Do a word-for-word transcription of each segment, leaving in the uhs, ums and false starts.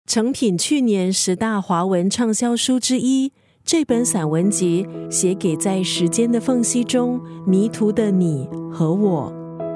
诚品去年十大华文畅销书之一，这本散文集写给在时间的缝隙中迷途的你和我。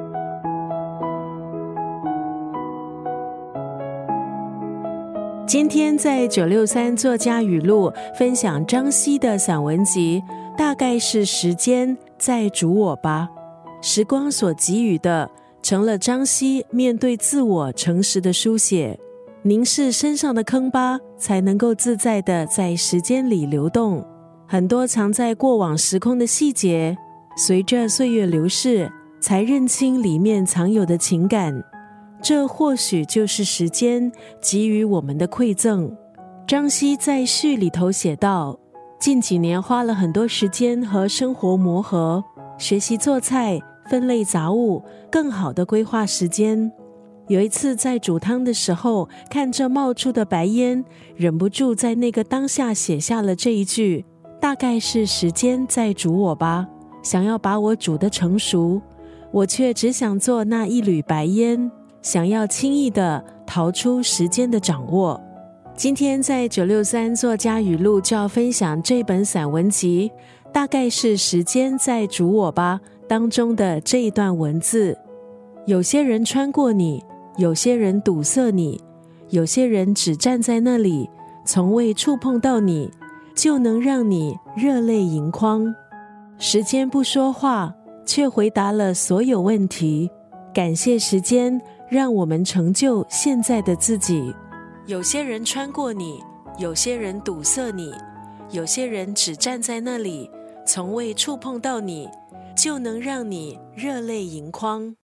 今天在九六三作家语录分享张西的散文集，大概是时间在煮我吧。时光所给予的，成了张西面对自我诚实的书写。凝视身上的坑疤，才能够自在地在时间里流动。很多藏在过往时空的细节，随着岁月流逝，才认清里面藏有的情感。这或许就是时间给予我们的馈赠。张西在序里头写道，近几年花了很多时间和生活磨合，学习做菜，分类杂物，更好地规划时间。有一次在煮汤的时候，看着冒出的白烟，忍不住在那个当下写下了这一句，大概是时间在煮我吧，想要把我煮得成熟，我却只想做那一缕白烟，想要轻易地逃出时间的掌握。今天在九六三作家语录就要分享这本散文集，大概是时间在煮我吧当中的这一段文字。有些人穿过你，有些人堵塞你，有些人只站在那里，从未触碰到你，就能让你热泪盈眶。时间不说话，却回答了所有问题。感谢时间，让我们成就现在的自己。有些人穿过你，有些人堵塞你，有些人只站在那里，从未触碰到你，就能让你热泪盈眶。